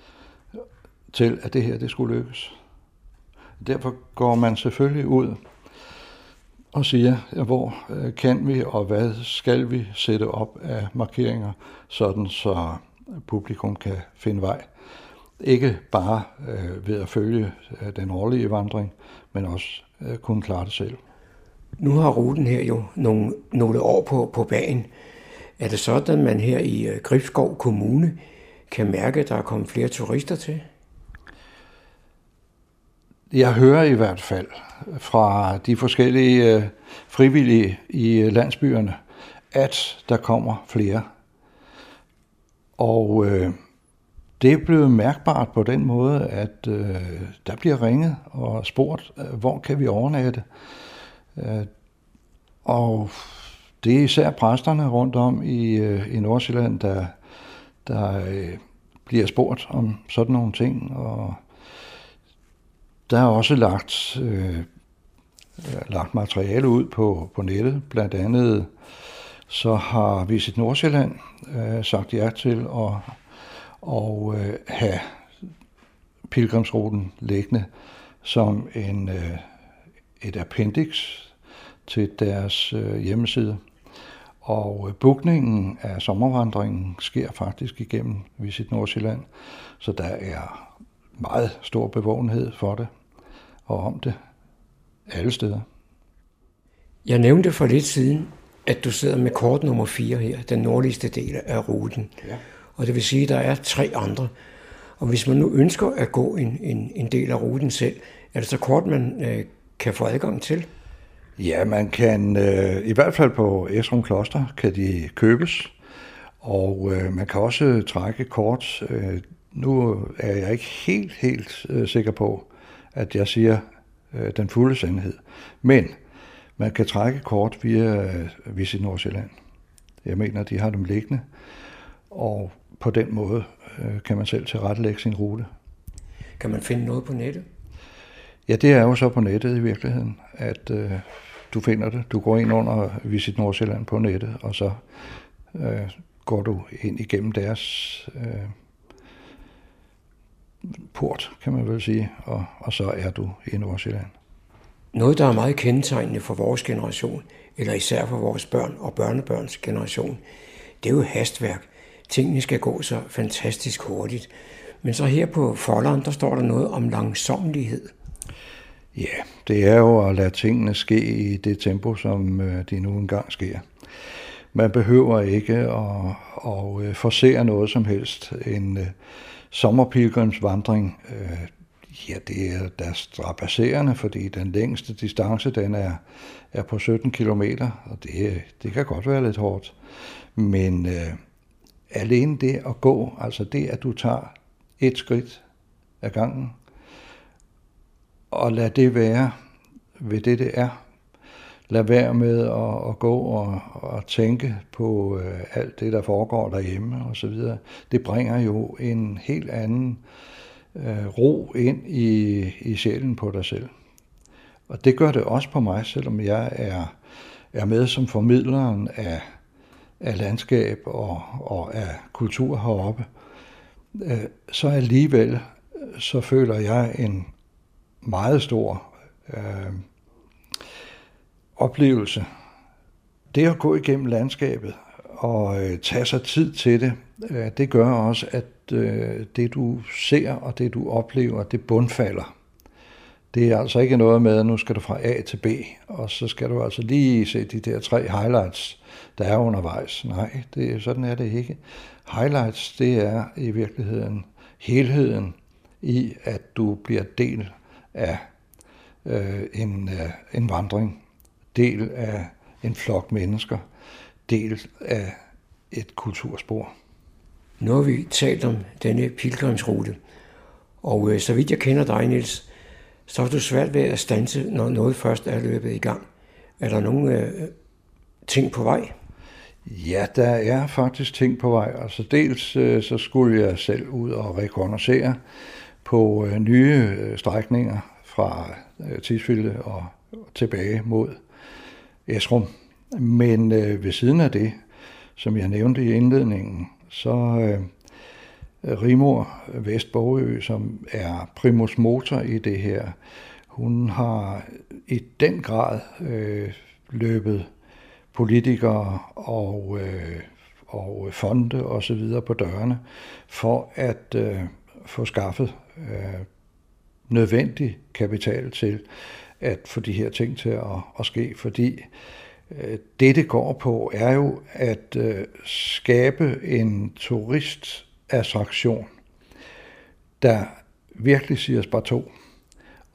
til at det her det skulle lykkes. Derfor går man selvfølgelig ud og siger, hvor kan vi og hvad skal vi sætte op af markeringer, sådan så publikum kan finde vej. Ikke bare øh, ved at følge øh, den årlige vandring, men også øh, kunne klare det selv. Nu har ruten her jo nogle, nogle år på, på bagen. Er det sådan, at man her i øh, Gribskov Kommune kan mærke, at der er kommet flere turister til? jeg hører i hvert fald fra de forskellige øh, frivillige i øh, landsbyerne, at der kommer flere. Og øh, det er blevet mærkbart på den måde, at øh, der bliver ringet og spurgt, hvor kan vi overnatte? Øh, og det er især præsterne rundt om i, øh, i Nordsjælland, der, der øh, bliver spurgt om sådan nogle ting. Og der er også lagt, øh, lagt materiale ud på, på nettet. Blandt andet så har Visit Nordsjælland øh, sagt ja til at og, øh, have pilgrimsruten liggende som en, øh, et appendix til deres øh, hjemmeside. Og øh, bookningen af sommervandringen sker faktisk igennem Visit Nordsjælland, så der er meget stor bevågenhed for det og om det alle steder. Jeg nævnte for lidt siden, at du sidder med kort nummer fire her, den nordligste del af ruten. Ja. Og det vil sige, at der er tre andre. Og hvis man nu ønsker at gå en, en, en del af ruten selv, er det så kort, man øh, kan få adgang til? Ja, man kan, øh, i hvert fald på Esrum Kloster, kan de købes. Og øh, man kan også trække kort. Øh, nu er jeg ikke helt, helt øh, sikker på, at jeg siger øh, den fulde sandhed. Men man kan trække kort via øh, Visit Nordsjælland. Jeg mener, de har dem liggende. Og på den måde øh, kan man selv tilrettelægge sin rute. Kan man finde noget på nettet? Ja, det er jo så på nettet i virkeligheden, at øh, du finder det. Du går ind under Visit Nordsjælland på nettet, og så øh, går du ind igennem deres øh, port, kan man vel sige, og, og så er du i Nordsjælland. Noget, der er meget kendetegnende for vores generation, eller især for vores børn og børnebørns generation, det er jo hastværk. Tingene skal gå så fantastisk hurtigt. Men så her på folderen, der står der noget om langsommelighed. Ja, det er jo at lade tingene ske i det tempo, som de nu engang sker. Man behøver ikke at, at forcere noget som helst. En sommerpilgrimsvandring, ja, det er da strabasserende, fordi den længste distance, den er, er på sytten kilometer, og det, det kan godt være lidt hårdt. Men øh, alene det at gå, altså det, at du tager et skridt ad gangen, og lad det være ved det, det er. Lad være med at, at gå og, og tænke på øh, alt det, der foregår derhjemme og så videre. Det bringer jo en helt anden øh, ro ind i, i sjælen på dig selv. Og det gør det også på mig, selvom jeg er, er med som formidleren af, af landskab og, og af kultur heroppe. Øh, så alligevel så føler jeg en meget stor øh, oplevelse. Det at gå igennem landskabet og øh, tage sig tid til det, øh, det gør også, at øh, det du ser og det du oplever, det bundfalder. Det er altså ikke noget med, at nu skal du fra A til B, og så skal du altså lige se de der tre highlights, der er undervejs. Nej, det, sådan er det ikke. Highlights, det er i virkeligheden helheden i, at du bliver del af øh, en, øh, en vandring, del af en flok mennesker, del af et kulturspor. Nu har vi talt om denne pilgrimsrute, og øh, så vidt jeg kender dig, Niels, så er du svært ved at standse, når noget først er løbet i gang. Er der nogle øh, ting på vej? Ja, der er faktisk ting på vej. Altså dels øh, så skulle jeg selv ud og rekognoscere på øh, nye øh, strækninger fra øh, Tisvilde og tilbage mod Esrum. Men øh, ved siden af det, som jeg nævnte i indledningen, så øh, Rigmor Vestborgø, som er primus motor i det her, hun har i den grad øh, løbet politikere og, øh, og fonde og så videre på dørene for at øh, få skaffet øh, nødvendig kapital til at få de her ting til at, at ske, fordi øh, det, det går på, er jo at øh, skabe en turistattraktion, der virkelig siger sparto,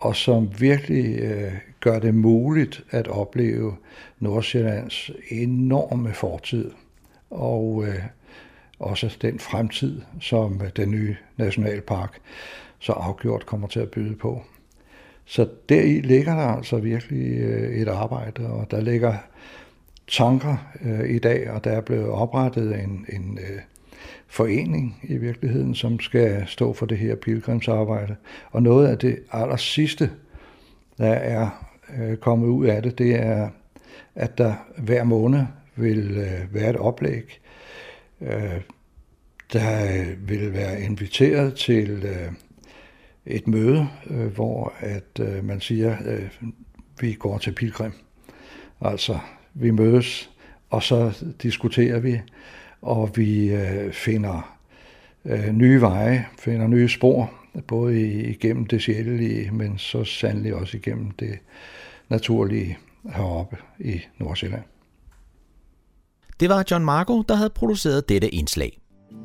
og som virkelig øh, gør det muligt at opleve Nordsjællands enorme fortid, og øh, også den fremtid, som den nye nationalpark så afgjort kommer til at byde på. Så deri ligger der altså virkelig øh, et arbejde, og der ligger tanker øh, i dag, og der er blevet oprettet en, en øh, forening i virkeligheden, som skal stå for det her pilgrimsarbejde. Og noget af det aller sidste, der er øh, kommet ud af det, det er, at der hver måned vil øh, være et oplæg, øh, der vil være inviteret til øh, et møde, øh, hvor at øh, man siger, øh, vi går til pilgrim. Altså, vi mødes, og så diskuterer vi, og vi øh, finder øh, nye veje, finder nye spor, både igennem det sjælelige, men så sandelig også igennem det naturlige heroppe i Nordsjælland. Det var John Marco, der havde produceret dette indslag.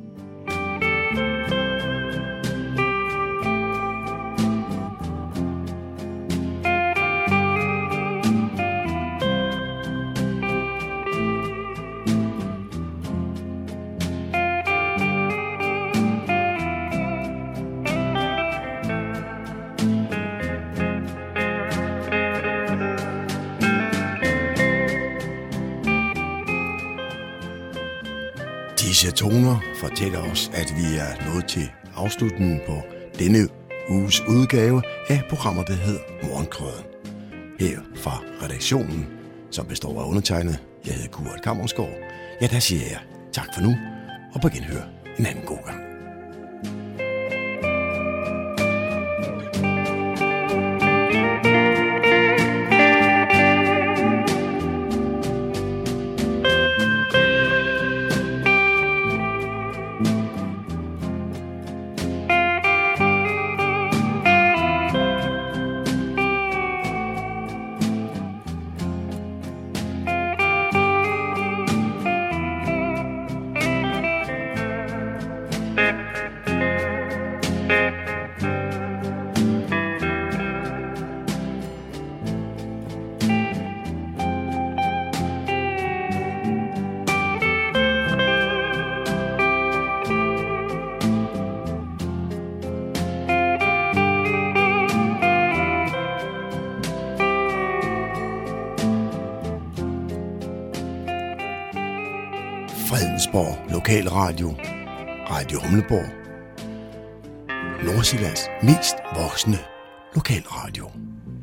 Disse toner fortæller os, at vi er nået til afslutningen på denne uges udgave af programmet, der hedder Morgenkrøden. Her fra redaktionen, som består af undertegnet, jeg hedder Kurt Kammersgaard. Ja, der siger jeg tak for nu, og på genhør en anden god gang. Fredensborg Lokalradio, Radio Humleborg, Nordsjællands mest voksne lokalradio.